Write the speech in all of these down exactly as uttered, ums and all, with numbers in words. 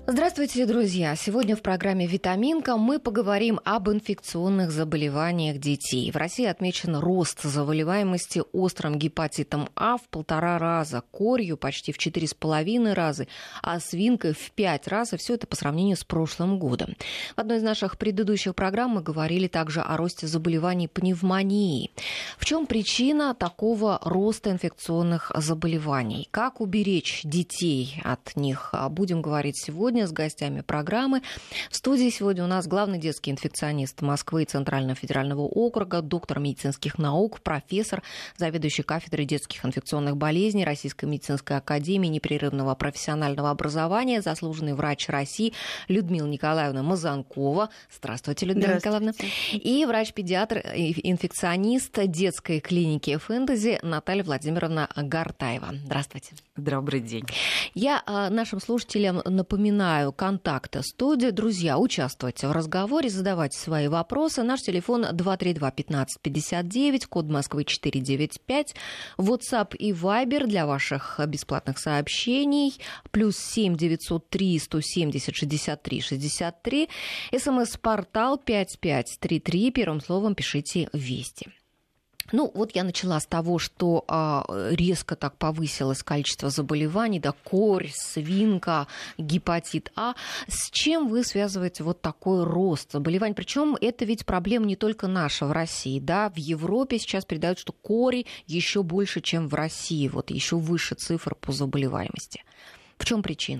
Здравствуйте, друзья! Сегодня в программе «Витаминка» мы поговорим об инфекционных заболеваниях детей. В России отмечен рост заболеваемости острым гепатитом А в полтора раза, корью почти в четыре с половиной раза, а свинкой в пять раз. И все это по сравнению с прошлым годом. В одной из наших предыдущих программ мы говорили также о росте заболеваний пневмонией. В чем причина такого роста инфекционных заболеваний? Как уберечь детей от них? Будем говорить сегодня с гостями программы. В студии сегодня у нас главный детский инфекционист Москвы и Центрального федерального округа, доктор медицинских наук, профессор, заведующий кафедрой детских инфекционных болезней Российской медицинской академии непрерывного профессионального образования, заслуженный врач России Людмила Николаевна Мазанкова. Здравствуйте, Людмила Николаевна. И врач-педиатр, инфекционист детской клиники «Фэнтези» Наталья Владимировна Гартаева. Здравствуйте. Добрый день. Я нашим слушателям напоминаю контакты студии. Друзья, участвуйте в разговоре, задавайте свои вопросы. Наш телефон два три два пятнадцать пятьдесят девять, код Москвы четыре девять пять. WhatsApp и Viber для ваших бесплатных сообщений. Плюс семь девятьсот три сто семьдесят шестьдесят три шестьдесят три. СМС-портал пять пять три три. Первым словом пишите «Вести». Ну, вот я начала с того, что а, резко так повысилось количество заболеваний, да, корь, свинка, гепатит А. С чем вы связываете вот такой рост заболеваний? Причем это ведь проблема не только наша в России, да, в Европе сейчас передают, что кори еще больше, чем в России, вот еще выше цифр по заболеваемости. В чем причины?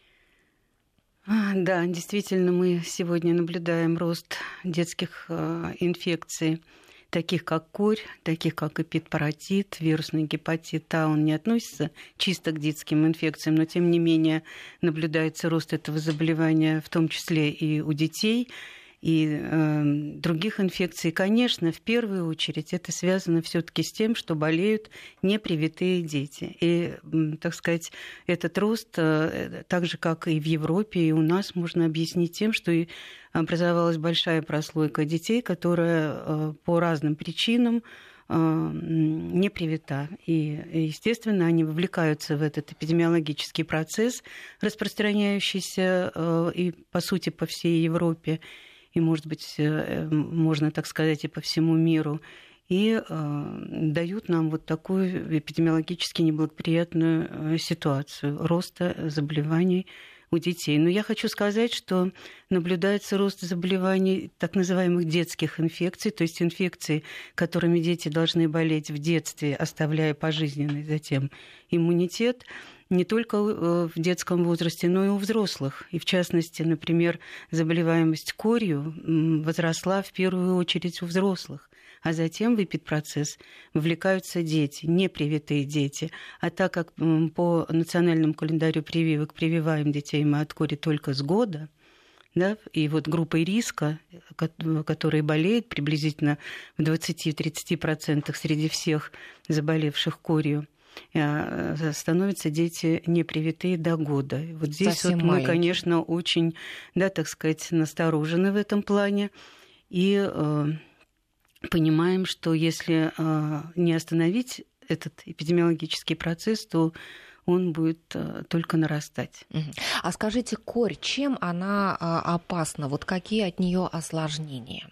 Да, действительно, мы сегодня наблюдаем рост детских э, инфекций, таких как корь, таких как эпидпаратит, вирусный гепатит А. Он не относится чисто к детским инфекциям, но тем не менее наблюдается рост этого заболевания, в том числе и у детей, и э, других инфекций. Конечно, в первую очередь это связано все-таки с тем, что болеют непривитые дети. И, так сказать, этот рост, э, так же как и в Европе, и у нас, можно объяснить тем, что и образовалась большая прослойка детей, которая э, по разным причинам не привита. И, естественно, они вовлекаются в этот эпидемиологический процесс, распространяющийся э, и, по сути, по всей Европе, и, может быть, можно так сказать, и по всему миру, и э, дают нам вот такую эпидемиологически неблагоприятную ситуацию роста заболеваний у детей. Но я хочу сказать, что наблюдается рост заболеваний так называемых детских инфекций, то есть инфекций, которыми дети должны болеть в детстве, оставляя пожизненный затем иммунитет, не только в детском возрасте, но и у взрослых. И в частности, например, заболеваемость корью возросла в первую очередь у взрослых, а затем в эпидпроцесс вовлекаются дети, непривитые дети. А так как по национальному календарю прививок прививаем детей мы от кори только с года, да, и вот группой риска, которые болеют приблизительно в двадцать-тридцать процентов среди всех заболевших корью, становятся дети непривитые до года. Вот здесь вот мы, конечно, очень, да, так сказать, насторожены в этом плане и э, понимаем, что если э, не остановить этот эпидемиологический процесс, то он будет э, только нарастать. А скажите, корь, чем она э, опасна? Вот какие от нее осложнения?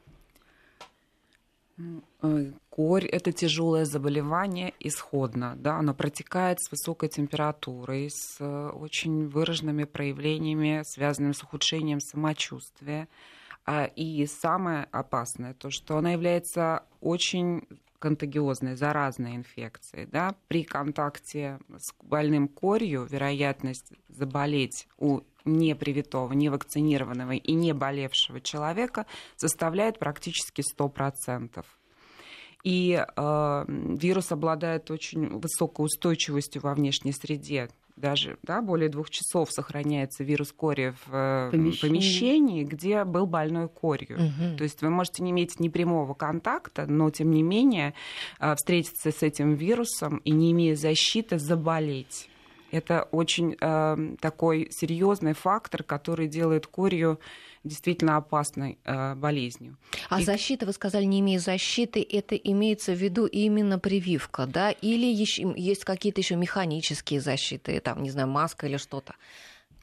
Корь – это тяжелое заболевание исходно. Да? Оно протекает с высокой температурой, с очень выраженными проявлениями, связанными с ухудшением самочувствия. И самое опасное, то, что она является очень контагиозной, заразной инфекцией. Да? При контакте с больным корью вероятность заболеть у непривитого, невакцинированного и не болевшего человека составляет практически сто процентов. И э, вирус обладает очень высокой устойчивостью во внешней среде. Даже да, более двух часов сохраняется вирус кори в помещении, помещении где был больной корью. Угу. То есть вы можете не иметь непрямого контакта, но тем не менее э, встретиться с этим вирусом и, не имея защиты, заболеть. Это очень э, такой серьезный фактор, который делает корью действительно опасной э, болезнью. А и... защита, вы сказали, не имея защиты, это имеется в виду именно прививка, да? Или есть какие-то еще механические защиты, там, не знаю, маска или что-то?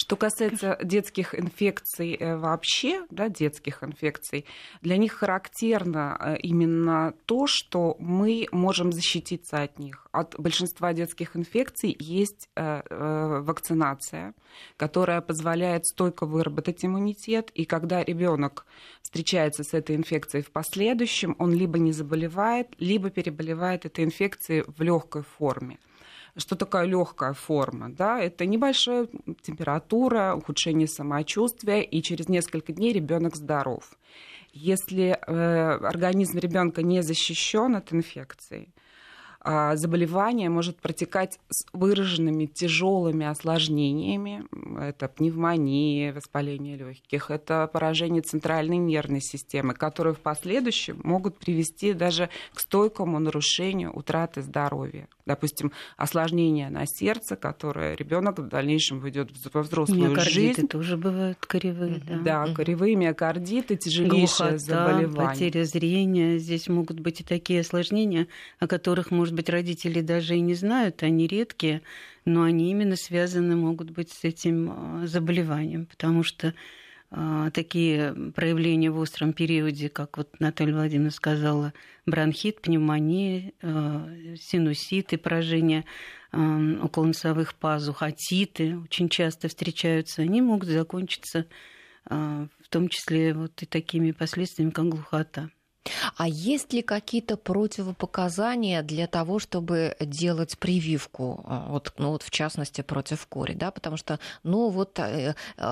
Что касается детских инфекций вообще, да, детских инфекций, для них характерно именно то, что мы можем защититься от них. От большинства детских инфекций есть вакцинация, которая позволяет стойко выработать иммунитет, и когда ребенок встречается с этой инфекцией в последующем, он либо не заболевает, либо переболевает этой инфекцией в легкой форме. Что такое легкая форма? Да? Это небольшая температура, ухудшение самочувствия, и через несколько дней ребенок здоров. Если э, организм ребенка не защищен от инфекции, заболевание может протекать с выраженными тяжелыми осложнениями. Это пневмония, воспаление легких, это поражение центральной нервной системы, которые в последующем могут привести даже к стойкому нарушению утраты здоровья. Допустим, осложнение на сердце, которое ребенок в дальнейшем ведет во взрослую миокардиты жизнь. Миокардиты тоже бывают кривые. Да, да угу. Кривые миокардиты, тяжелейшее Глухота, заболевание. Потеря зрения. Здесь могут быть и такие осложнения, о которых, может быть, родители даже и не знают, они редкие, но они именно связаны могут быть с этим заболеванием, потому что а, такие проявления в остром периоде, как вот Наталья Владимировна сказала, бронхит, пневмония, а, синуситы, поражение а, околоносовых пазух, отиты очень часто встречаются, они могут закончиться а, в том числе вот и такими последствиями, как глухота. А есть ли какие-то противопоказания для того, чтобы делать прививку, вот, ну, вот в частности против кори, да, потому что, ну, вот э,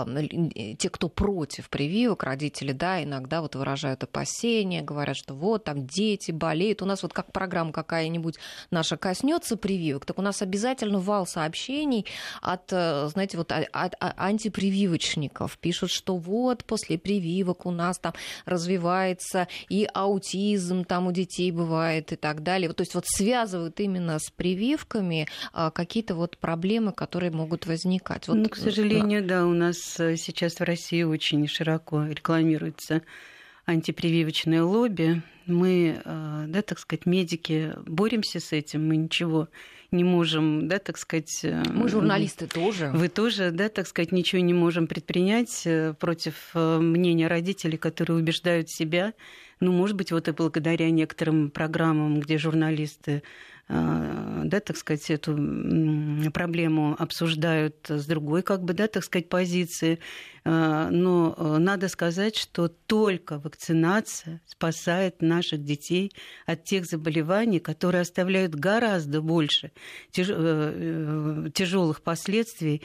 э, те, кто против прививок, родители, да, иногда вот выражают опасения, говорят, что вот там дети болеют, у нас вот как программа какая-нибудь наша коснется прививок, так у нас обязательно вал сообщений от, знаете, вот от, от антипрививочников, пишут, что вот после прививок у нас там развивается и аутизм там у детей бывает и так далее. То есть вот связывают именно с прививками а, какие-то вот проблемы, которые могут возникать. Вот, ну, к сожалению, да. да, у нас сейчас в России очень широко рекламируется антипрививочное лобби. Мы, да, так сказать, медики, боремся с этим, мы ничего не можем, да, так сказать... Мы журналисты тоже. Вы тоже, да, так сказать, ничего не можем предпринять против мнения родителей, которые убеждают себя. Ну, может быть, вот и благодаря некоторым программам, где журналисты, да, так сказать, эту проблему обсуждают с другой, как бы, да, так сказать, позиции. Но надо сказать, что только вакцинация спасает наших детей от тех заболеваний, которые оставляют гораздо больше тяжелых последствий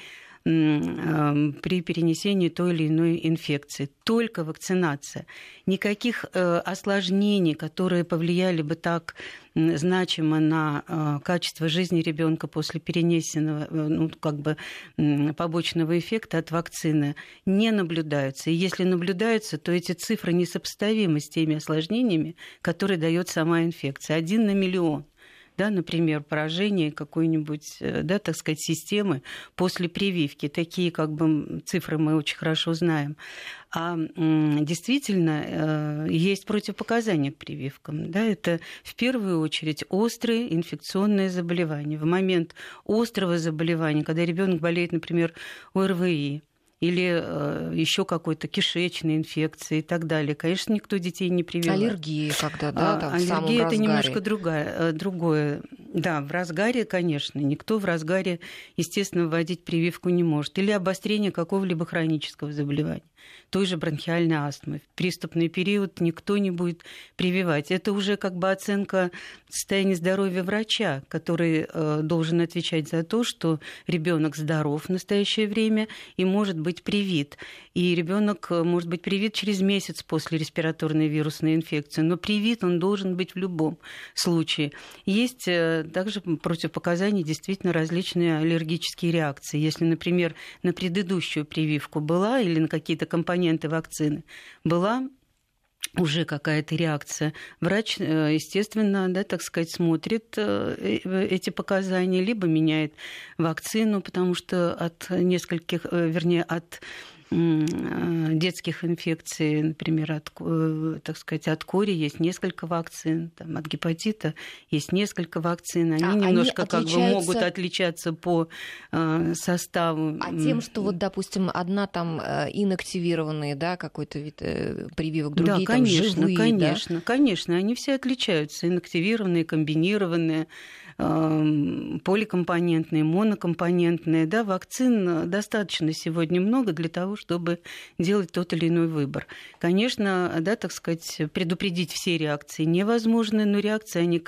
при перенесении той или иной инфекции. Только вакцинация. Никаких осложнений, которые повлияли бы так значимо на качество жизни ребенка после перенесенного, ну, как бы побочного эффекта от вакцины, не наблюдаются. И если наблюдаются, то эти цифры несопоставимы с теми осложнениями, которые дает сама инфекция. Один на миллион. Да, например, поражение какой-нибудь, да, так сказать, системы после прививки. Такие как бы цифры мы очень хорошо знаем. А действительно есть противопоказания к прививкам. Да, это в первую очередь острые инфекционные заболевания. В момент острого заболевания, когда ребенок болеет, например, ОРВИ, или э, еще какой-то кишечной инфекции и так далее. Конечно, никто детей не прививает. Аллергия когда, да? Там, аллергия в самом это разгаре. Немножко другая, другое. Да, в разгаре, конечно. Никто в разгаре, естественно, вводить прививку не может. Или обострение какого-либо хронического заболевания. Той же бронхиальной астмы. В приступный период никто не будет прививать. Это уже как бы оценка состояния здоровья врача, который э, должен отвечать за то, что ребенок здоров в настоящее время и может быть привит. И ребенок может быть привит через месяц после респираторной вирусной инфекции, но привит он должен быть в любом случае. Есть э, также противопоказания действительно различные аллергические реакции. Если, например, на предыдущую прививку была или на какие-то компоненты вакцины была уже какая-то реакция, врач, естественно, да, так сказать, смотрит эти показания, либо меняет вакцину, потому что от нескольких, вернее, от детских инфекций, например, от, так сказать, от кори есть несколько вакцин, там, от гепатита есть несколько вакцин. Они а немножко они как бы могут отличаться по э, составу. А тем, что вот, допустим, одна там инактивированная, да, какой-то вид э, прививок, другие да, конечно, там живые, конечно, да? конечно, они все отличаются. Инактивированные, комбинированные, э, поликомпонентные, монокомпонентные. Да, вакцин достаточно сегодня много для того, чтобы делать тот или иной выбор. Конечно, да, так сказать, предупредить все реакции невозможно, но реакции они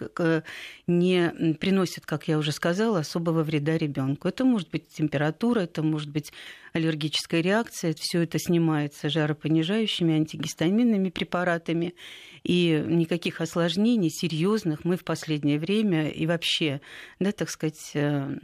не приносят, как я уже сказала, особого вреда ребенку. Это может быть температура, это может быть аллергическая реакция, все это снимается жаропонижающими, антигистаминными препаратами, и никаких осложнений серьезных мы в последнее время и вообще, да, так сказать,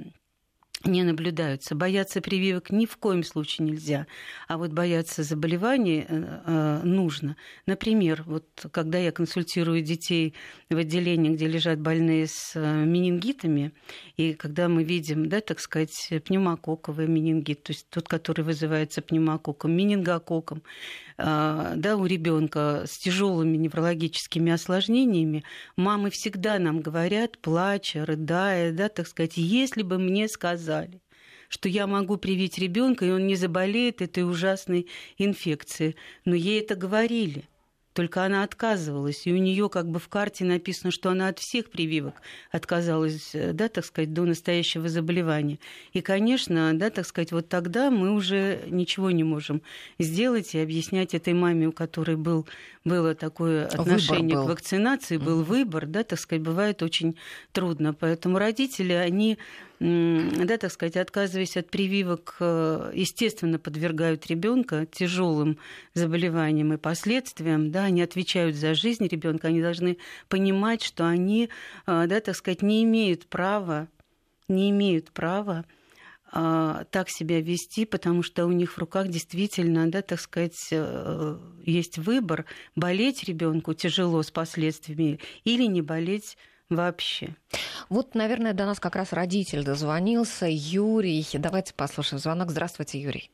не наблюдаются. Бояться прививок ни в коем случае нельзя, а вот бояться заболеваний э, нужно. Например, вот когда я консультирую детей в отделении, где лежат больные с менингитами, и когда мы видим, да, так сказать, пневмококковый менингит, то есть тот, который вызывается пневмококком, менингококком, э, да, у ребенка с тяжелыми неврологическими осложнениями, мамы всегда нам говорят, плача, рыдая, да, так сказать, если бы мне сказали, что я могу привить ребенка, и он не заболеет этой ужасной инфекцией. Но ей это говорили. Только она отказывалась, и у нее как бы в карте написано, что она от всех прививок отказалась, да, так сказать, до настоящего заболевания. И, конечно, да, так сказать, вот тогда мы уже ничего не можем сделать и объяснять этой маме, у которой был, было такое отношение к вакцинации, был mm-hmm. выбор, да, так сказать, бывает очень трудно. Поэтому родители, они, да, так сказать, отказываясь от прививок, естественно, подвергают ребенка тяжелым заболеваниям и последствиям, да, они отвечают за жизнь ребенка, они должны понимать, что они, да, так сказать, не имеют права, не имеют права так себя вести, потому что у них в руках действительно, да, так сказать, есть выбор, болеть ребенку тяжело с последствиями или не болеть вообще. Вот, наверное, до нас как раз родитель дозвонился. Юрий, давайте послушаем звонок. Здравствуйте, Юрий.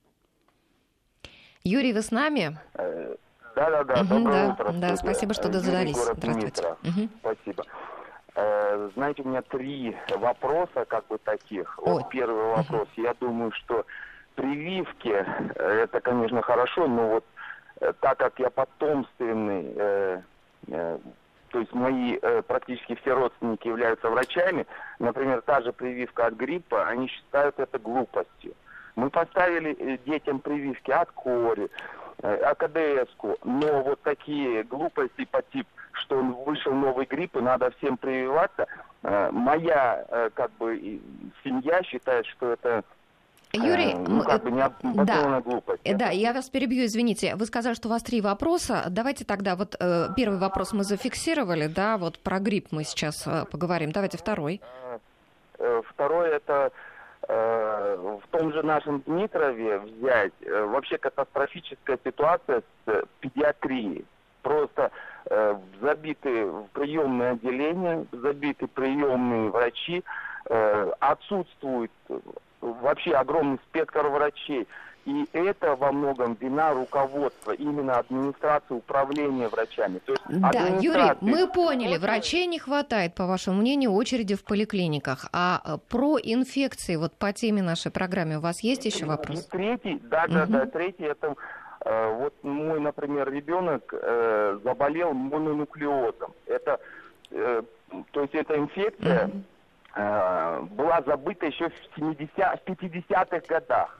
Юрий, вы с нами? Да-да-да, угу, доброе да, утро. Да, спасибо, что дозвонились. Здравствуйте. Угу. Спасибо. Знаете, у меня три вопроса, как бы таких. Вот первый вопрос. Угу. Я думаю, что прививки, это, конечно, хорошо, но вот так как я потомственный, э, э, то есть мои э, практически все родственники являются врачами, например, та же прививка от гриппа, они считают это глупостью. Мы поставили детям прививки от кори, э, от АДС-ку, но вот такие глупости по типу, что вышел новый грипп и надо всем прививаться, э, моя э, как бы семья считает, что это Юрий, ну, как бы необоснованная да, глупость. Да, я вас перебью, извините. Вы сказали, что у вас три вопроса. Давайте тогда вот э, первый вопрос мы зафиксировали, да, вот про грипп мы сейчас э, поговорим. Давайте второй. Второй это э, в том же нашем Дмитрове взять э, вообще катастрофическая ситуация с педиатрией. Просто э, забиты в приемные отделения, забиты приемные врачи, э, отсутствует вообще огромный спектр врачей. И это во многом вина руководства, именно администрации, управления врачами. То есть да, администрации... Юрий, мы поняли, врачей не хватает, по вашему мнению, очереди в поликлиниках. А про инфекции, вот по теме нашей программы, у вас есть еще вопрос? И третий, да, да, угу. да, третий, это э, вот мой, например, ребенок э, заболел мононуклеозом. Это, э, то есть эта инфекция... Угу. была забыта еще в семидесятых, пятидесятых годах.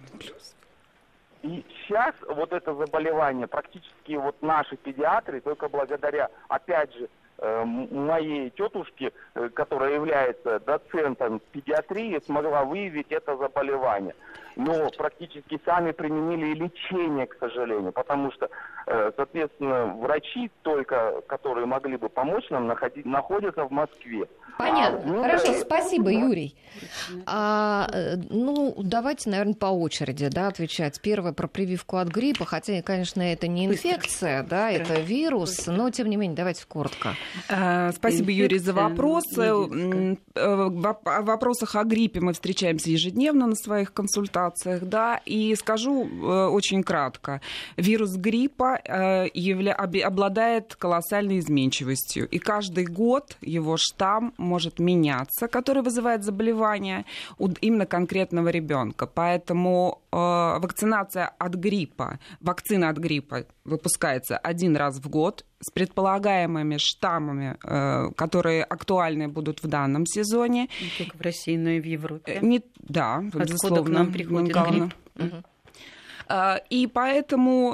И сейчас вот это заболевание практически вот наши педиатры, только благодаря, опять же, моей тетушке, которая является доцентом педиатрии, смогла выявить это заболевание. Но практически сами применили лечение, к сожалению, потому что, соответственно, врачи только, которые могли бы помочь нам, находить, находятся в Москве. Понятно. А, Хорошо, спасибо, Юрий. А, ну, давайте, наверное, по очереди, да, отвечать. Первое про прививку от гриппа, хотя, конечно, это не инфекция, да, это вирус, но, тем не менее, давайте коротко. Спасибо, Юрий, за вопросы. В вопросах о гриппе мы встречаемся ежедневно на своих консультациях, да, и скажу очень кратко. Вирус гриппа явля... обладает колоссальной изменчивостью, и каждый год его штамм может меняться, который вызывает заболевание у именно конкретного ребенка. Поэтому вакцинация от гриппа, вакцина от гриппа выпускается один раз в год с предполагаемыми штаммами, которые актуальны будут в данном сезоне. Не только в России, но и в Европе. Не, да, откуда безусловно. к нам приходит грипп? Угу. И поэтому,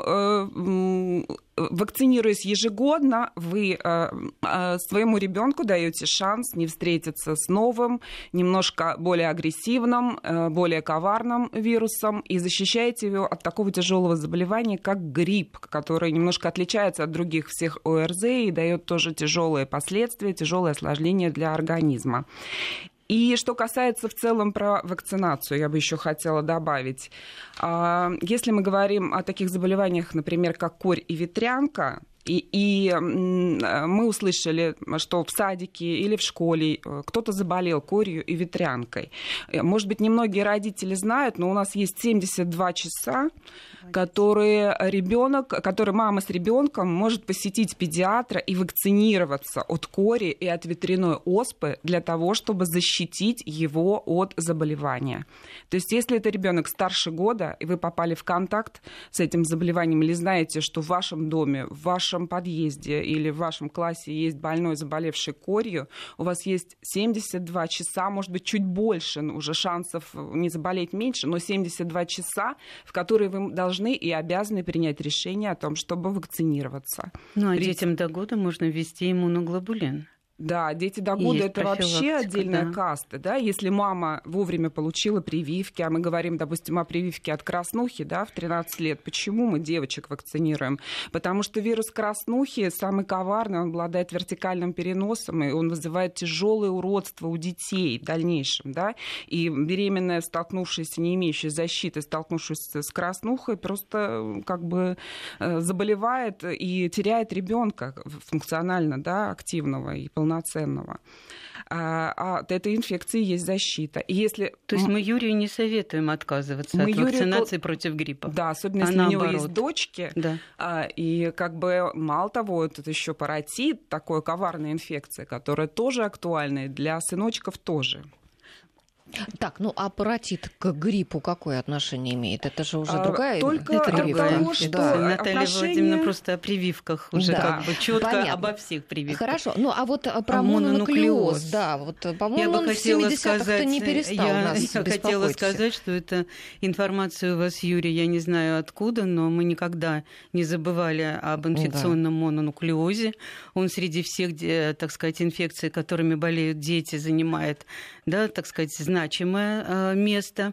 вакцинируясь ежегодно, вы своему ребенку даете шанс не встретиться с новым, немножко более агрессивным, более коварным вирусом и защищаете его от такого тяжелого заболевания, как грипп, который немножко отличается от других всех ОРЗ и дает тоже тяжелые последствия, тяжелые осложнения для организма. И что касается в целом про вакцинацию, я бы еще хотела добавить. Если мы говорим о таких заболеваниях, например, как корь и ветрянка, И, и мы услышали, что в садике или в школе кто-то заболел корью и ветрянкой. Может быть, немногие родители знают, но у нас есть семьдесят два часа, которые ребенок, который мама с ребенком может посетить педиатра и вакцинироваться от кори и от ветряной оспы для того, чтобы защитить его от заболевания. То есть, если это ребенок старше года, и вы попали в контакт с этим заболеванием, или знаете, что в вашем доме, в вашем подъезде или в вашем классе есть больной, заболевший корью, у вас есть семьдесят два часа, может быть, чуть больше, уже шансов не заболеть меньше, но семьдесят два часа, в которые вы должны и обязаны принять решение о том, чтобы вакцинироваться. Ну, а При... детям до года можно ввести иммуноглобулин. Да, дети до года это вообще отдельная да. каста, да, если мама вовремя получила прививки, а мы говорим, допустим, о прививке от краснухи, да, в тринадцать лет, почему мы девочек вакцинируем? Потому что вирус краснухи самый коварный, он обладает вертикальным переносом, и он вызывает тяжелое уродство у детей в дальнейшем, да, и беременная, столкнувшаяся, не имеющая защиты, столкнувшаяся с краснухой, просто как бы заболевает и теряет ребенка функционально, да, активного и полноценного. полноценного. А от этой инфекции есть защита. И если... То есть мы Юрию не советуем отказываться мы от Юрию... вакцинации против гриппа? Да, особенно а если наоборот. У него есть дочки. Да. И как бы мало того, это еще паротит, такая коварная инфекция, которая тоже актуальна, для сыночков тоже. Так, ну а паротит к гриппу какое отношение имеет? Это же уже а, другая только прививка. Того, что да. Наталья отношения... Владимировна просто о прививках уже да. как бы четко Понятно. Обо всех прививках. Хорошо, ну а вот про а мононуклеоз, да, вот, по-моему, он в семидесятых-то не перестал я, нас я хотела сказать, что это информация у вас, Юрий, я не знаю откуда, но мы никогда не забывали об инфекционном да. мононуклеозе. Он среди всех, так сказать, инфекций, которыми болеют дети, занимает, да, так сказать, значимое место.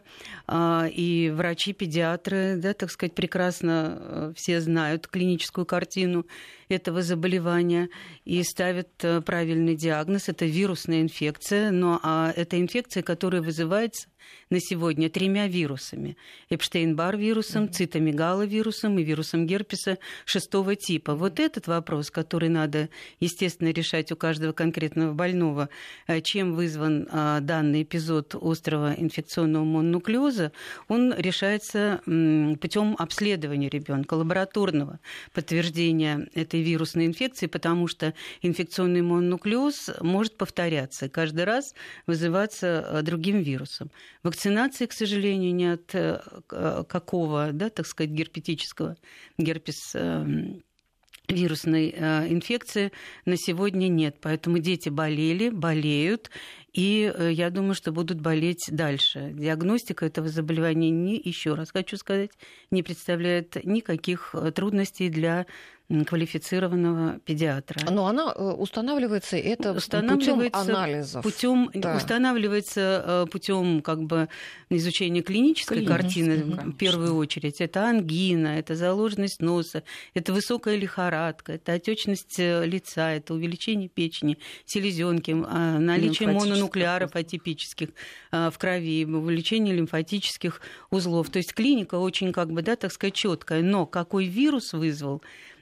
И врачи, педиатры, да, так сказать, прекрасно все знают клиническую картину этого заболевания и ставят правильный диагноз. Это вирусная инфекция, но это инфекция, которая вызывается на сегодня тремя вирусами. Эпштейн-Бар-вирусом, цитомегаловирусом и вирусом герпеса шестого типа. Вот этот вопрос, который надо, естественно, решать у каждого конкретного больного, чем вызван данный эпизод острого инфекционного мононуклеоза, он решается путем обследования ребенка, лабораторного подтверждения этой вирусной инфекции, потому что инфекционный мононуклеоз может повторяться, каждый раз вызываться другим вирусом. Вакцинации, к сожалению, не от какого, да, так сказать, герпетического, герпес вирусной инфекции на сегодня нет. Поэтому дети болели, болеют, и я думаю, что будут болеть дальше. Диагностика этого заболевания, не, еще раз хочу сказать, не представляет никаких трудностей для квалифицированного педиатра. Но она устанавливается это устанавливается путем анализов. Путем, да. Устанавливается путем как бы изучения клинической картины, конечно. В первую очередь. Это ангина, это заложенность носа, это высокая лихорадка, это отечность лица, это увеличение печени, селезенки, наличие мононуклеаров атипических в крови, увеличение лимфатических узлов. То есть клиника очень, как бы, да, так сказать, четкая. Но какой вирус вызвал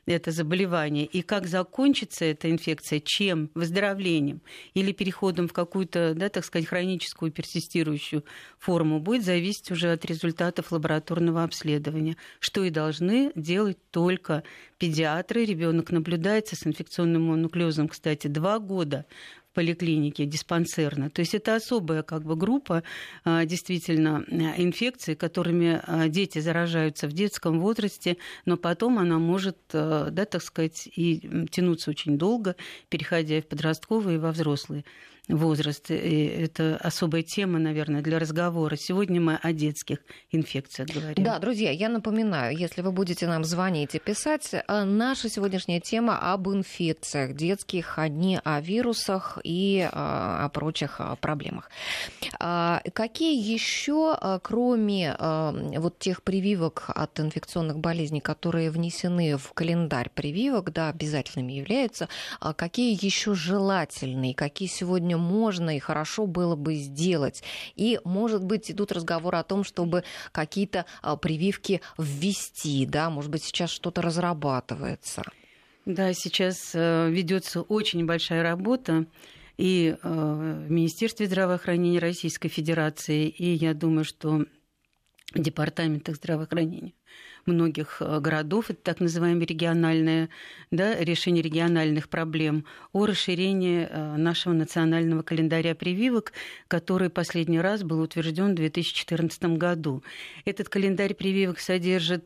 это заболевание, и как закончится эта инфекция, чем, выздоровлением или переходом в какую-то, да, так сказать, хроническую персистирующую форму, будет зависеть уже от результатов лабораторного обследования, что и должны делать только педиатры. Ребенок наблюдается с инфекционным мононуклеозом, кстати, два года в поликлинике диспансерно. То есть это особая как бы группа действительно инфекций, которыми дети заражаются в детском возрасте, но потом она может, да, так сказать, и тянуться очень долго, переходя и в подростковый, и во взрослый возраст. И это особая тема, наверное, для разговора. Сегодня мы о детских инфекциях говорим. Да, друзья, я напоминаю, если вы будете нам звонить и писать, наша сегодняшняя тема об инфекциях детских, а не о вирусах и о прочих проблемах. Какие еще, кроме вот тех прививок от инфекционных болезней, которые внесены в календарь прививок, да, обязательными являются, какие еще желательные, какие сегодня можно и хорошо было бы сделать? И, может быть, идут разговоры о том, чтобы какие-то прививки ввести, да, может быть, сейчас что-то разрабатывается. Да, сейчас ведется очень большая работа и в Министерстве здравоохранения Российской Федерации, и я думаю, что в департаментах здравоохранения многих городов, это так называемое региональное, да, решение региональных проблем, о расширении нашего национального календаря прививок, который последний раз был утвержден в две тысячи четырнадцатом году. Этот календарь прививок содержит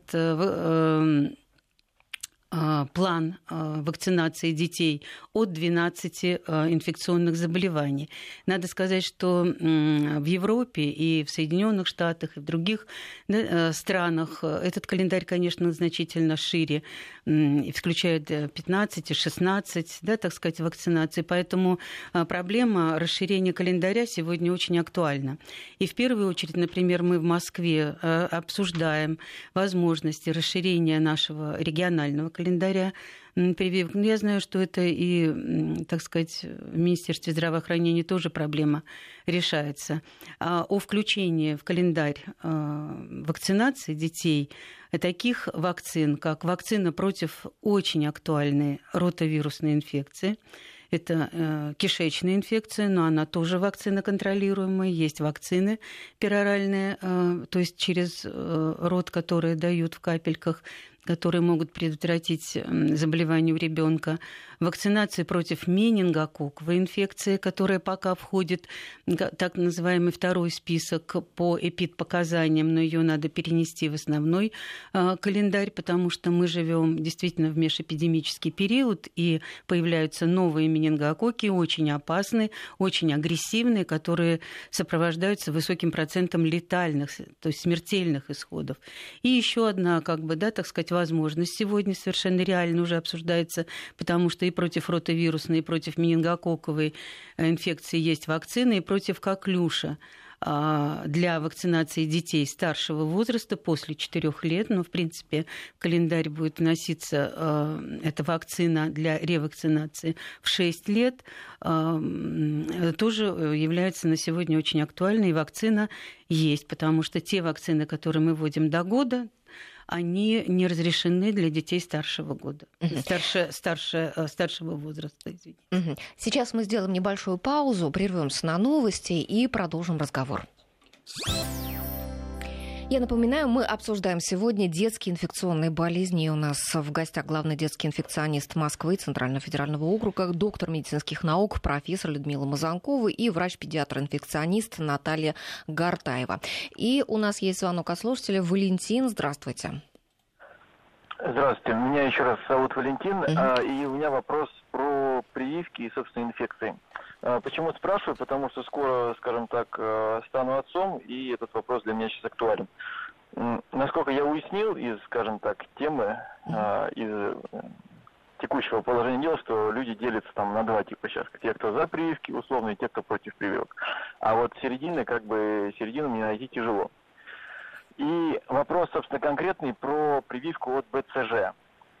план вакцинации детей от двенадцати инфекционных заболеваний. Надо сказать, что в Европе и в Соединенных Штатах, и в других, да, странах этот календарь, конечно, значительно шире, включает пятнадцать и шестнадцать, да, так сказать, вакцинаций. Поэтому проблема расширения календаря сегодня очень актуальна. И в первую очередь, например, мы в Москве обсуждаем возможности расширения нашего регионального календаря прививок. Но я знаю, что это и, так сказать, в Министерстве здравоохранения тоже проблема решается. О включении в календарь вакцинации детей таких вакцин, как вакцина против очень актуальной ротавирусной инфекции. Это э, кишечная инфекция, но она тоже вакцина контролируемая. Есть вакцины пероральные, э, то есть через э, рот, которые дают в капельках, которые могут предотвратить заболевание у ребенка. Вакцинация против менингококковой инфекции, которая пока входит в так называемый второй список по эпидпоказаниям, но ее надо перенести в основной календарь, потому что мы живем действительно в межэпидемический период, и появляются новые менингококки, очень опасные, очень агрессивные, которые сопровождаются высоким процентом летальных, то есть смертельных исходов. И еще одна, как бы, да, так сказать, возможность сегодня совершенно реально уже обсуждается, потому что и против ротавирусной, и против менингококковой инфекции есть вакцины, и против коклюша для вакцинации детей старшего возраста после четырёх лет. Но, в принципе, в календарь будет вноситься эта вакцина для ревакцинации в шесть лет. Тоже является на сегодня очень актуальной. И вакцина есть, потому что те вакцины, которые мы вводим до года, они не разрешены для детей старшего года, uh-huh. старше, старше, старшего возраста. Извините. Uh-huh. Сейчас мы сделаем небольшую паузу, прервемся на новости и продолжим разговор. Я напоминаю, мы обсуждаем сегодня детские инфекционные болезни. И у нас в гостях главный детский инфекционист Москвы, Центрального федерального округа, доктор медицинских наук, профессор Людмила Мазанкова и врач-педиатр-инфекционист Наталья Гартаева. И у нас есть звонок от слушателя. Валентин, здравствуйте. Здравствуйте. Меня еще раз зовут Валентин, Uh-huh. и у меня вопрос про прививки и, собственно, инфекции. Почему спрашиваю? Потому что скоро, скажем так, стану отцом, и этот вопрос для меня сейчас актуален. Насколько я уяснил из, скажем так, темы, из текущего положения дела, что люди делятся там на два типа сейчас. Те, кто за прививки, условно, и те, кто против прививок. А вот середины, как бы, середину мне найти тяжело. И вопрос, собственно, конкретный про прививку от БЦЖ.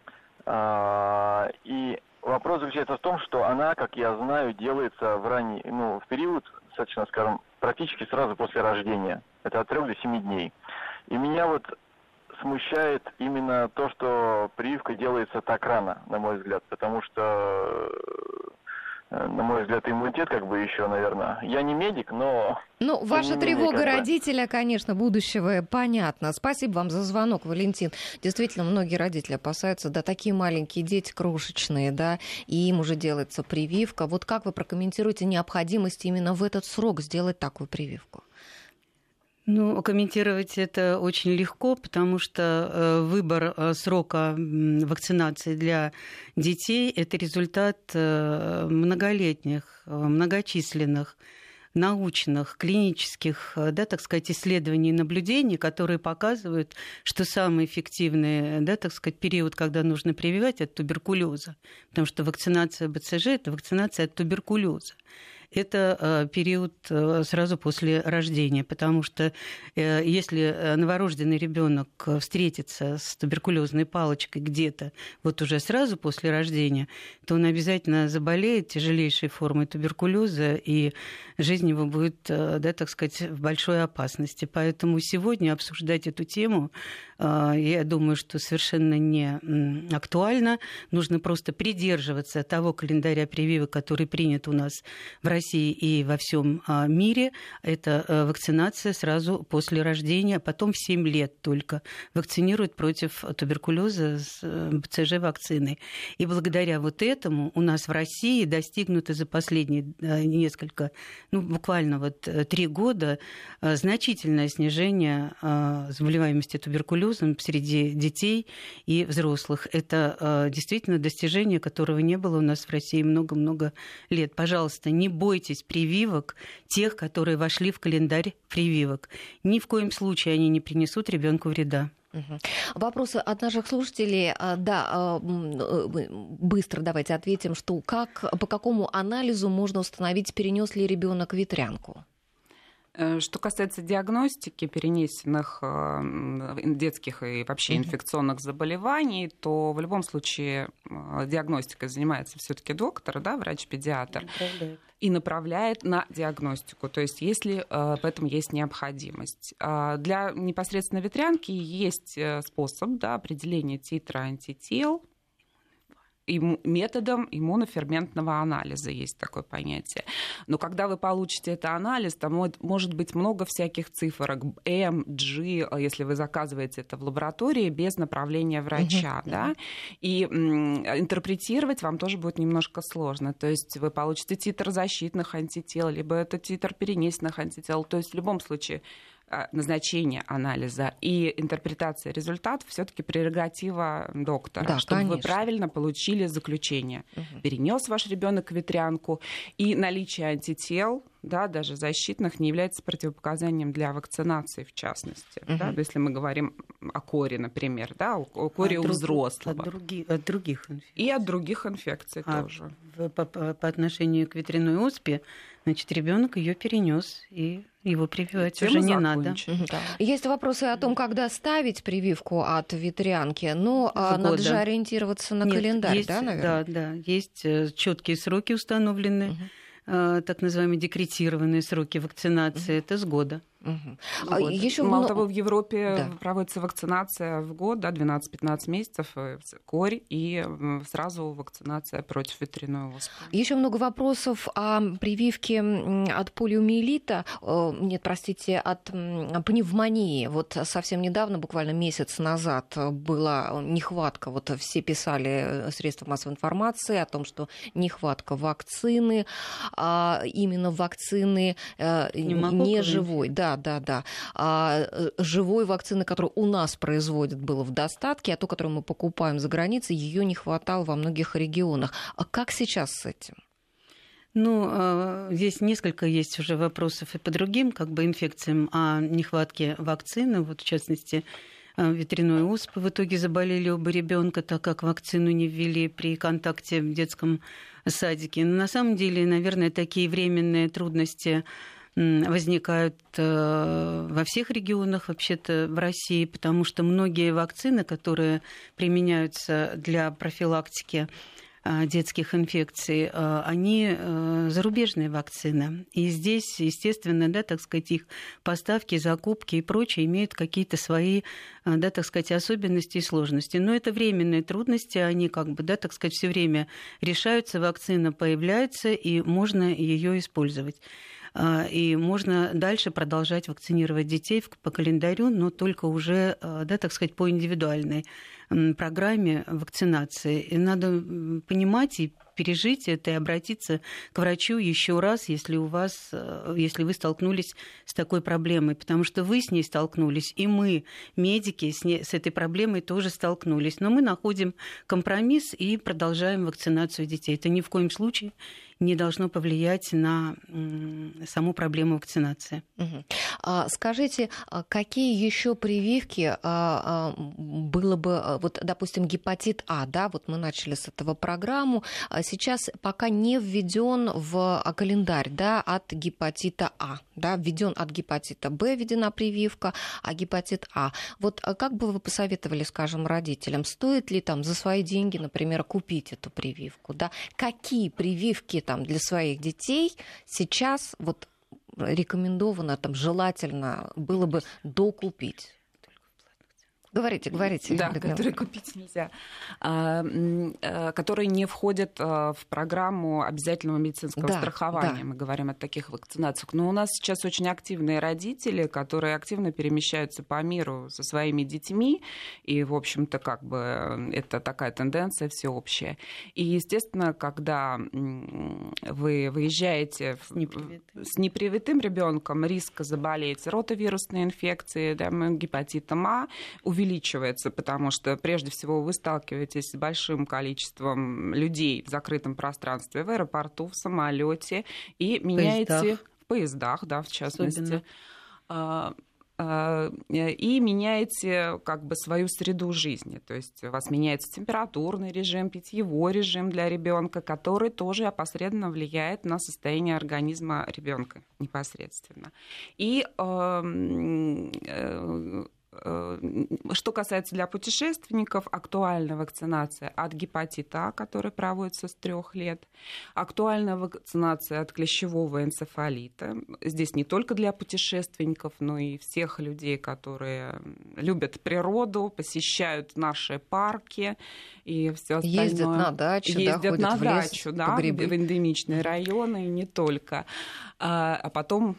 И вопрос заключается в том, что она, как я знаю, делается в ранний, ну, в период, достаточно, скажем, практически сразу после рождения. Это от трех до семи дней. И меня вот смущает именно то, что прививка делается так рано, на мой взгляд, потому что, на мой взгляд, иммунитет как бы еще, наверное... Я не медик, но... Ну, ваша менее, тревога как бы... родителя, конечно, будущего, понятно. Спасибо вам за звонок, Валентин. Действительно, многие родители опасаются, да, такие маленькие дети, крошечные, да, и им уже делается прививка. Вот как вы прокомментируете необходимость именно в этот срок сделать такую прививку? Ну, комментировать это очень легко, потому что выбор срока вакцинации для детей – это результат многолетних, многочисленных научных, клинических, да, так сказать, исследований и наблюдений, которые показывают, что самый эффективный, да, так сказать, период, когда нужно прививать, от туберкулеза. Потому что вакцинация БЦЖ – это вакцинация от туберкулеза. Это период сразу после рождения, потому что если новорожденный ребенок встретится с туберкулезной палочкой где-то вот уже сразу после рождения, то он обязательно заболеет тяжелейшей формой туберкулеза, и жизнь его будет, да, так сказать, в большой опасности. Поэтому сегодня обсуждать эту тему, я думаю, что совершенно не актуально. Нужно просто придерживаться того календаря прививок, который принят у нас в России и во всем мире. Это вакцинация сразу после рождения, потом в семь лет только вакцинируют против туберкулеза с БЦЖ-вакциной. И благодаря вот этому у нас в России достигнуто за последние несколько, ну, буквально вот три года значительное снижение заболеваемости туберкулезом среди детей и взрослых. Это действительно достижение, которого не было у нас в России много-много лет. Пожалуйста, не бойтесь прививок, тех, которые вошли в календарь прививок. Ни в коем случае они не принесут ребенку вреда. Вопросы от наших слушателей. Да, быстро давайте ответим, что как, по какому анализу можно установить, перенес ли ребенок ветрянку? Что касается диагностики перенесенных детских и вообще инфекционных заболеваний, то в любом случае диагностикой занимается все-таки доктор, да, врач-педиатр, направляет. И направляет на диагностику, то есть если в этом есть необходимость. Для непосредственно ветрянки есть способ, да, определения титра антител, и методом иммуноферментного анализа есть такое понятие. Но когда вы получите этот анализ, там может быть много всяких цифрок, М, G, если вы заказываете это в лаборатории без направления врача, uh-huh. да, и м, интерпретировать вам тоже будет немножко сложно. То есть вы получите титр защитных антител, либо это титр перенесенных антител. То есть в любом случае назначение анализа и интерпретация результатов все-таки прерогатива доктора, да, чтобы конечно. Вы правильно получили заключение. Угу. Перенес ваш ребенок ветрянку, и наличие антител, да, даже защитных, не является противопоказанием для вакцинации, в частности. Угу. Да, если мы говорим о коре, например, да, о коре от у друг... взрослого. От, други... от других инфекций. И от других инфекций а тоже. По, по, по отношению к ветряной оспе, значит, ребенок ее перенес, и его прививать Тему уже не закончим. Надо. Да. Есть вопросы о том, когда ставить прививку от ветрянки, но С надо года. же ориентироваться на Нет, календарь, есть, да, наверное? Да, да, есть четкие сроки установлены. Угу. Так называемые декретированные сроки вакцинации, угу. это с года. Угу. А еще Мало много... того, в Европе да. проводится вакцинация в год, да, двенадцать-пятнадцать месяцев, корь, и сразу вакцинация против ветряной оспы. Еще много вопросов о прививке от полиомиелита, нет, простите, от пневмонии. Вот совсем недавно, буквально месяц назад, была нехватка, вот все писали средства массовой информации о том, что нехватка вакцины, а именно вакцины не живой, да, да, да. А живой вакцины, которую у нас производят, было в достатке, а ту, которую мы покупаем за границей, ее не хватало во многих регионах. А как сейчас с этим? Ну, здесь несколько есть уже вопросов и по другим как бы инфекциям о нехватке вакцины, вот в частности, ветряной оспы. В итоге заболели оба ребенка, так как вакцину не ввели при контакте в детском садике. Но на самом деле, наверное, такие временные трудности возникают во всех регионах вообще-то в России, потому что многие вакцины, которые применяются для профилактики детских инфекций, они зарубежные вакцины. И здесь, естественно, да, так сказать, их поставки, закупки и прочее имеют какие-то свои, да, так сказать, особенности и сложности. Но это временные трудности, они как бы, да, так сказать, все время решаются, вакцина появляется, и можно ее использовать. И можно дальше продолжать вакцинировать детей по календарю, но только уже, да, так сказать, по индивидуальной программе вакцинации. И надо понимать и пережить это и обратиться к врачу еще раз, если у вас, если вы столкнулись с такой проблемой, потому что вы с ней столкнулись, и мы, медики, с, ней, с этой проблемой тоже столкнулись. Но мы находим компромисс и продолжаем вакцинацию детей. Это ни в коем случае не должно повлиять на саму проблему вакцинации. Угу. А, скажите, какие еще прививки а, а, было бы, вот, допустим, гепатит А, да, вот мы начали с этого программу, сейчас пока не введен в календарь, да, от гепатита А, да, введен от гепатита Б, введена прививка, а гепатит А. Вот как бы вы посоветовали, скажем, родителям, стоит ли там за свои деньги, например, купить эту прививку, да? Какие прививки там для своих детей сейчас вот рекомендовано, там, желательно было бы докупить? Говорите, говорите. Да, Людмила. Которые купить нельзя. Которые не входят в программу обязательного медицинского да, страхования. Да. Мы говорим о таких вакцинациях. Но у нас сейчас очень активные родители, которые активно перемещаются по миру со своими детьми. И, в общем-то, как бы это такая тенденция всеобщая. И, естественно, когда вы выезжаете с непривитым, с непривитым ребенком, риск заболеть ротовирусной инфекцией, да, гепатитом А увеличивается, потому что прежде всего вы сталкиваетесь с большим количеством людей в закрытом пространстве, в аэропорту, в самолете и меняете поездах. в поездах, да, в частности. Особенно. И меняете как бы свою среду жизни. То есть у вас меняется температурный режим, питьевой режим для ребенка, который тоже опосредованно влияет на состояние организма ребенка непосредственно. И что касается для путешественников, актуальна вакцинация от гепатита А, которая проводится с трех лет, актуальна вакцинация от клещевого энцефалита. Здесь не только для путешественников, но и всех людей, которые любят природу, посещают наши парки и все остальное. Ездят на дачу, Ездят да, ходят на в лес, дачу, да, в эндемичные районы, и не только. А, а потом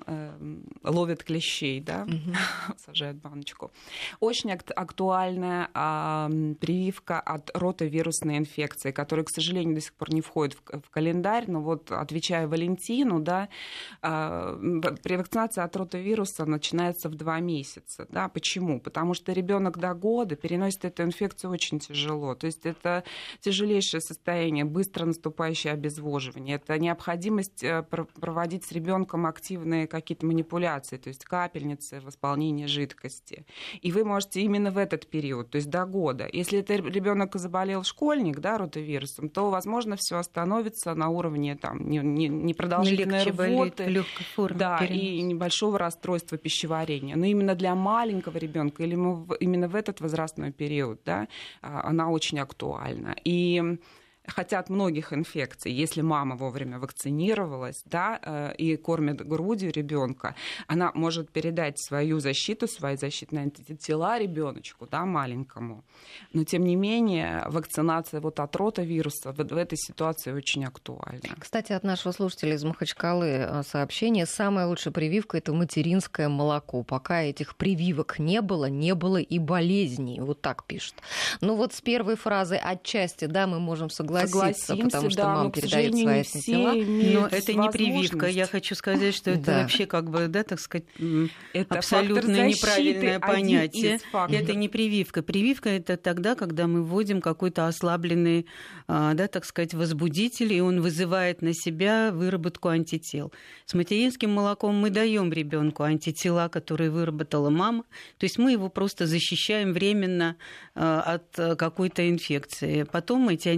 ловят клещей, да, угу. сажают баночку. Очень актуальная а, прививка от ротовирусной инфекции, которая, к сожалению, до сих пор не входит в, в календарь, но вот, отвечая Валентину, да, а, при вакцинации от ротовируса начинается в два месяца. Да. Почему? Потому что ребенок до года переносит эту инфекцию очень тяжело. То есть это тяжелейшее состояние, быстро наступающее обезвоживание. Это необходимость проводить с ребенком активные какие-то манипуляции, то есть капельницы, восполнение жидкости. И вы можете именно в этот период, то есть до года. Если это ребенок заболел школьник, да, ротовирусом, то, возможно, все остановится на уровне там, непродолжительной рвоты, да, и небольшого расстройства пищеварения. Но именно для маленького ребенка или именно в этот возрастной период, да, она очень актуальна. И хотя от многих инфекций, если мама вовремя вакцинировалась, да, и кормит грудью ребенка, она может передать свою защиту, свои защитные антитела ребеночку, да, маленькому. Но тем не менее вакцинация вот от ротавируса в, в этой ситуации очень актуальна. Кстати, от нашего слушателя из Махачкалы сообщение: самая лучшая прививка — это материнское молоко. Пока этих прививок не было, не было и болезней. Вот так пишет. Ну вот с первой фразы отчасти, да, мы можем согласиться. Согласиться, потому что да, мама передает свои антитела. Но это не прививка. Я хочу сказать, что это да. вообще, как бы, да, так сказать, это абсолютно неправильное понятие. Это не прививка. Прививка — это тогда, когда мы вводим какой-то ослабленный, да, так сказать, возбудитель, и он вызывает на себя выработку антител. С материнским молоком мы даем ребенку антитела, которые выработала мама. То есть мы его просто защищаем временно от какой-то инфекции. Потом эти антитела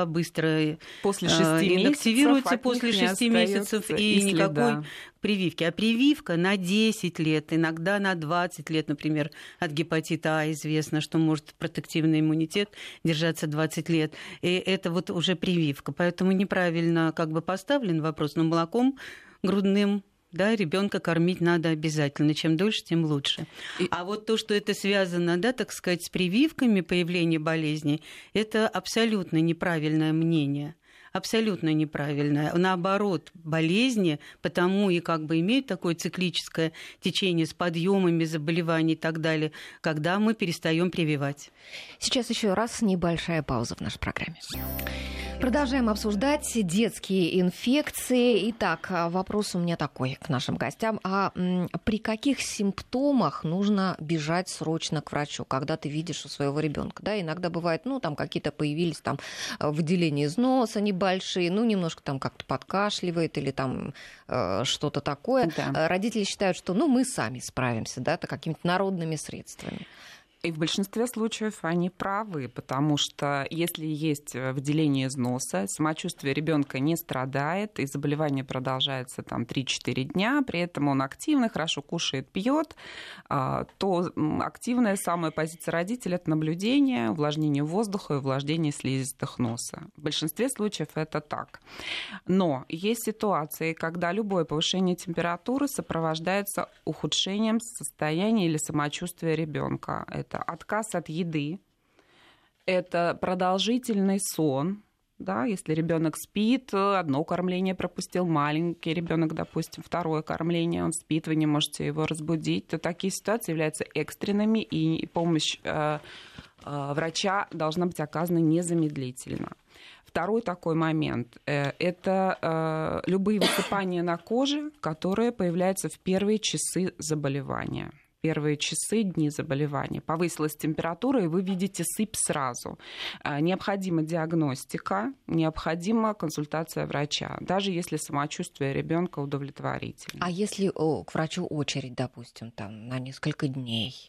да, быстро после шести э, инактивируется после шести месяцев, и, и никакой прививки. А прививка на десять лет, иногда на двадцать лет, например, от гепатита А известно, что может протективный иммунитет держаться двадцать лет. И это вот уже прививка. Поэтому неправильно как бы поставлен вопрос, но молоком грудным, да, ребенка кормить надо обязательно. Чем дольше, тем лучше. И... А вот то, что это связано, да, так сказать, с прививками появления болезней, это абсолютно неправильное мнение. Абсолютно неправильное. Наоборот, болезни потому и как бы имеют такое циклическое течение с подъемами заболеваний и так далее, когда мы перестаем прививать. Сейчас еще раз небольшая пауза в нашей программе. Продолжаем обсуждать детские инфекции. Итак, вопрос у меня такой к нашим гостям. А при каких симптомах нужно бежать срочно к врачу, когда ты видишь у своего ребенка? Да, иногда бывает, ну, там какие-то появились там выделения из носа небольшие, ну, немножко там как-то подкашливает или там э, что-то такое. Да. Родители считают, что, ну, мы сами справимся, да, какими-то народными средствами. И в большинстве случаев они правы, потому что если есть выделение из носа, самочувствие ребенка не страдает, и заболевание продолжается там три-четыре дня, при этом он активный, хорошо кушает, пьет, то активная самая позиция родителя – это наблюдение, увлажнение воздуха и увлажнение слизистых носа. В большинстве случаев это так. Но есть ситуации, когда любое повышение температуры сопровождается ухудшением состояния или самочувствия ребенка. Это отказ от еды, это продолжительный сон, да, если ребенок спит, одно кормление пропустил, маленький ребенок, допустим, второе кормление, он спит, вы не можете его разбудить, то такие ситуации являются экстренными, и помощь э, э, врача должна быть оказана незамедлительно. Второй такой момент э, – это э, любые высыпания на коже, которые появляются в первые часы заболевания. Первые часы, дни заболевания. Повысилась температура, и вы видите сыпь сразу. Необходима диагностика, необходима консультация врача, даже если самочувствие ребенка удовлетворительно. А если о, к врачу очередь, допустим, там, на несколько дней?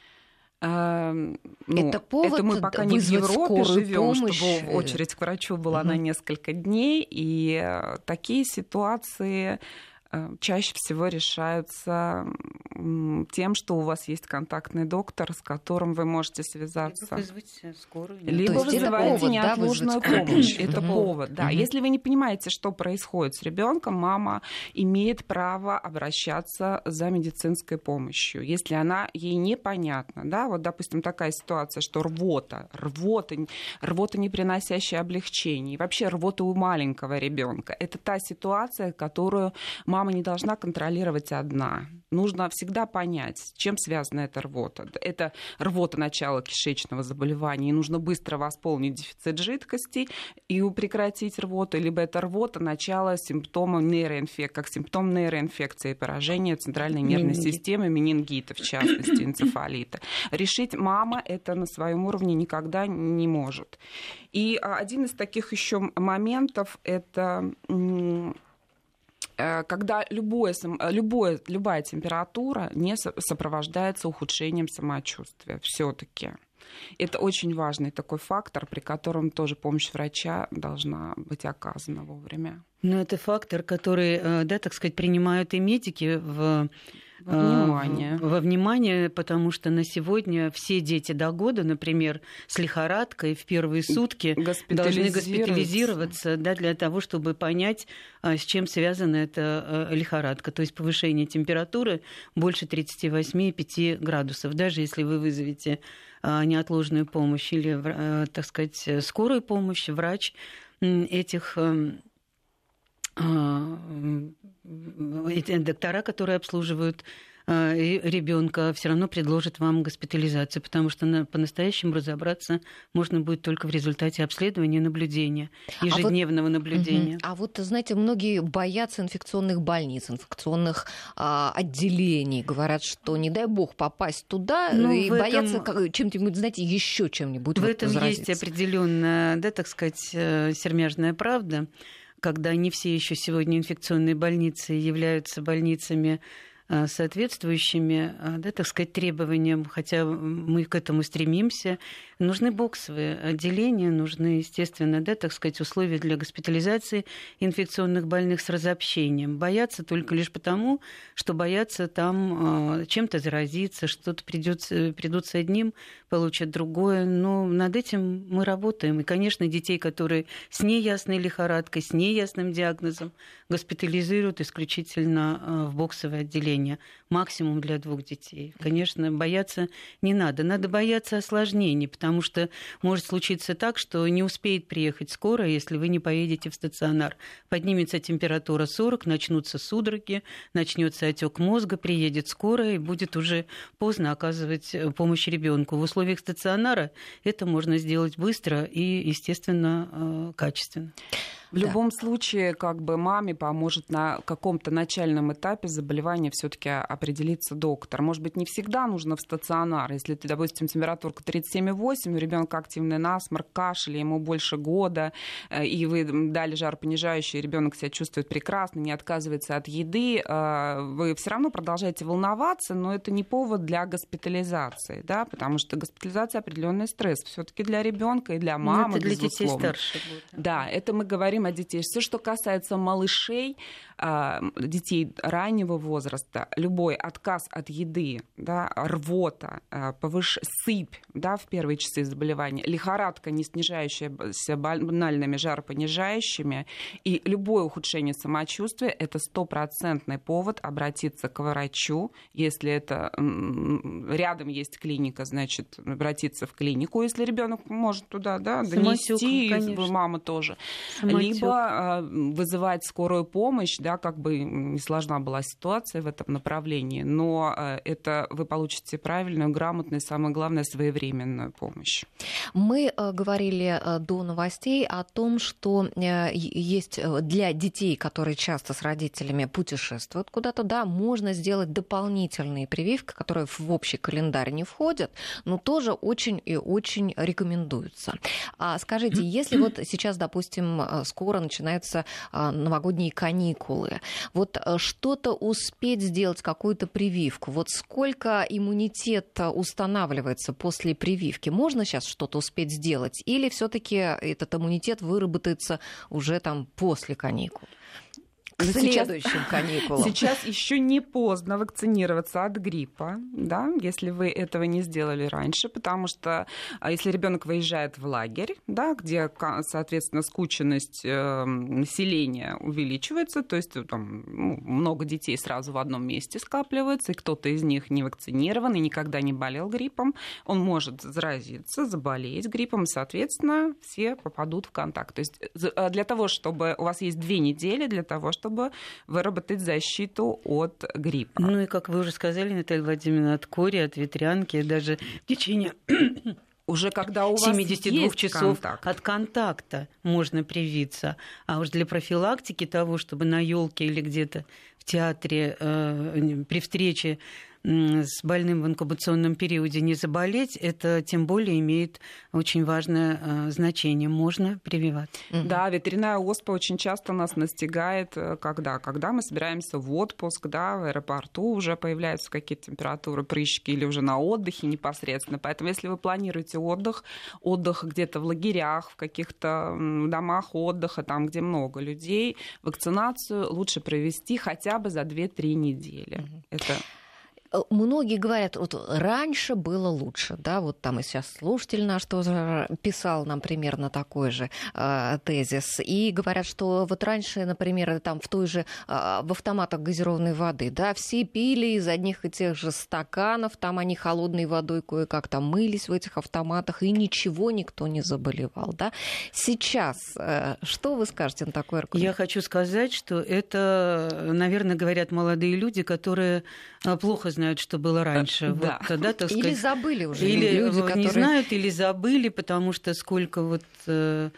А, ну, это повод это мы пока не в Европе живем, помощь. Чтобы очередь к врачу была угу. на несколько дней, и такие ситуации чаще всего решаются тем, что у вас есть контактный доктор, с которым вы можете связаться. Либо вызвать скорую. Либо вызывайте неотложную да, помощь. Это mm-hmm. повод, да. Mm-hmm. Если вы не понимаете, что происходит с ребенком, мама имеет право обращаться за медицинской помощью. Если она ей непонятна, да, вот, допустим, такая ситуация, что рвота, рвота, рвота, не приносящая облегчения, и вообще рвота у маленького ребенка. Это та ситуация, которую мама не должна контролировать одна. Нужно всегда понять, с чем связана эта рвота. Это рвота начала кишечного заболевания, и нужно быстро восполнить дефицит жидкости и прекратить рвоту, либо это рвота начала симптома нейроинфекции, как симптом нейроинфекции, поражения центральной нервной Менингит. системы, менингита, в частности, энцефалита. Решить мама это на своем уровне никогда не может. И один из таких еще моментов – это когда любое, любое, любая температура не сопровождается ухудшением самочувствия все-таки. Это очень важный такой фактор, при котором тоже помощь врача должна быть оказана вовремя. Но это фактор, который, да, так сказать, принимают и медики в... Во внимание. Во внимание, потому что на сегодня все дети до года, например, с лихорадкой в первые сутки должны госпитализироваться, да, для того, чтобы понять, с чем связана эта лихорадка. То есть повышение температуры больше тридцать восемь и пять градусов. Даже если вы вызовете неотложную помощь или, так сказать, скорую помощь, врач этих... Эти доктора, которые обслуживают ребенка, все равно предложат вам госпитализацию, потому что на, по-настоящему разобраться можно будет только в результате обследования и наблюдения, ежедневного а вот, наблюдения. А вот, знаете, многие боятся инфекционных больниц, инфекционных а, отделений, говорят, что не дай бог попасть туда, ну, и боятся этом... чем-нибудь, знаете, еще чем-нибудь. В вот этом заразиться. Есть определенная, да, так сказать, сермяжная правда, когда не все еще сегодня инфекционные больницы являются больницами соответствующими, да, так сказать, требованиям, хотя мы к этому стремимся. Нужны боксовые отделения, нужны, естественно, да, так сказать, условия для госпитализации инфекционных больных с разобщением. Боятся только лишь потому, что боятся там чем-то заразиться, что-то придётся, придут с одним, получат другое. Но над этим мы работаем. И, конечно, детей, которые с неясной лихорадкой, с неясным диагнозом, госпитализируют исключительно в боксовое отделение. Максимум для двух детей. Конечно, бояться не надо. Надо бояться осложнений, потому что может случиться так, что не успеет приехать скорая, если вы не поедете в стационар. Поднимется температура сорок, начнутся судороги, начнется отек мозга, приедет скорая и будет уже поздно оказывать помощь ребенку. В условиях стационара это можно сделать быстро и, естественно, качественно. В да. любом случае, как бы маме поможет на каком-то начальном этапе заболевания все-таки определиться доктор. Может быть, не всегда нужно в стационар. Если, допустим, температурка тридцать семь и восемь, у ребенка активный насморк, кашель, ему больше года, и вы дали жаропонижающий, ребенок себя чувствует прекрасно, не отказывается от еды, вы все равно продолжаете волноваться, но это не повод для госпитализации, да, потому что госпитализация — определенный стресс все-таки для ребенка и для мамы, ну, это для безусловно. детей старше будет. Да, это мы говорим о детей. Все, что касается малышей, детей раннего возраста, любой отказ от еды, да, рвота, повыш... сыпь, да, в первые часы заболевания, лихорадка, не снижающаяся банальными жаропонижающими, и любое ухудшение самочувствия — это стопроцентный повод обратиться к врачу. Если это рядом есть клиника, значит, обратиться в клинику, если ребенок может туда, да, донести, и мама тоже. Самотёк. Либо вызывать скорую помощь, да, как бы не сложна была ситуация в этом направлении, но это вы получите правильную, грамотную, самое главное, своевременную помощь. Мы говорили до новостей о том, что есть для детей, которые часто с родителями путешествуют куда-то, да, можно сделать дополнительные прививки, которые в общий календарь не входят, но тоже очень и очень рекомендуются. А скажите, если вот сейчас, допустим, скоро начинаются новогодние каникулы. Вот что-то успеть сделать, какую-то прививку. Вот сколько иммунитет устанавливается после прививки? Можно сейчас что-то успеть сделать? Или все-таки этот иммунитет выработается уже там после каникул? К следующим сейчас, каникулам. Сейчас еще не поздно вакцинироваться от гриппа, да, если вы этого не сделали раньше, потому что если ребенок выезжает в лагерь, да, где, соответственно, скученность населения увеличивается, то есть там, ну, много детей сразу в одном месте скапливается, и кто-то из них не вакцинирован и никогда не болел гриппом, он может заразиться, заболеть гриппом, и, соответственно, все попадут в контакт. То есть для того, чтобы у вас есть две недели для того, чтобы чтобы выработать защиту от гриппа. Ну и, как вы уже сказали, Наталья Владимировна, от кори, от ветрянки, даже в течение уже когда у вас семьдесят двух есть часов контакт. От контакта можно привиться. А уж для профилактики того, чтобы на елке или где-то в театре э, при встрече с больным в инкубационном периоде не заболеть, это тем более имеет очень важное э, значение. Можно прививаться. Да, ветряная оспа очень часто нас настигает, когда? Когда мы собираемся в отпуск, да, в аэропорту уже появляются какие-то температуры, прыщики, или уже на отдыхе непосредственно. Поэтому если вы планируете отдых, отдых где-то в лагерях, в каких-то домах отдыха, там, где много людей, вакцинацию лучше провести хотя бы за две-три недели. Mm-hmm. Это... Многие говорят, вот раньше было лучше, да, вот там и сейчас слушатель наш тоже писал нам примерно такой же э, тезис, и говорят, что вот раньше, например, там в той же, э, в автоматах газированной воды, да, все пили из одних и тех же стаканов, там они холодной водой кое-как там мылись в этих автоматах, и ничего никто не заболевал, да. Сейчас э, что вы скажете на такой аргумент? Я хочу сказать, что это, наверное, говорят молодые люди, которые плохо знают, что было раньше. Да. Вот, да, так или сказать, забыли уже. Или люди, не которые... знают, или забыли, потому что сколько вот э,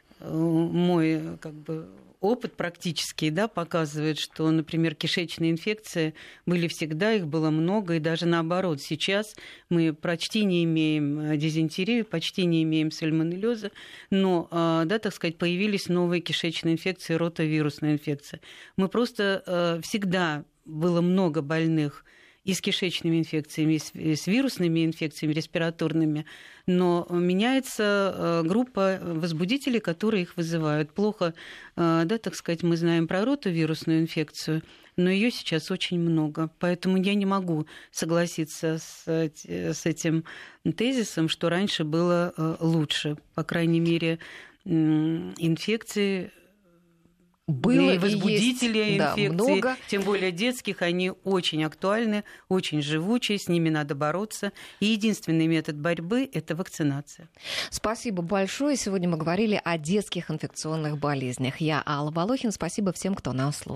мой как бы опыт практический, да, показывает, что, например, кишечные инфекции были всегда, их было много, и даже наоборот. Сейчас мы почти не имеем дизентерию, почти не имеем сальмонеллеза, но, да, так сказать, появились новые кишечные инфекции, ротавирусная инфекция. Мы просто всегда было много больных и с кишечными инфекциями, и с вирусными инфекциями респираторными, но меняется группа возбудителей, которые их вызывают. Плохо, да, так сказать, мы знаем про ротовирусную инфекцию, но ее сейчас очень много. Поэтому я не могу согласиться с, с этим тезисом, что раньше было лучше. По крайней мере, инфекции... Было и возбудители и есть, инфекций, да, много. Тем более детских, они очень актуальны, очень живучие, с ними надо бороться. И единственный метод борьбы – это вакцинация. Спасибо большое. Сегодня мы говорили о детских инфекционных болезнях. Я Алла Волохин. Спасибо всем, кто нас слушал.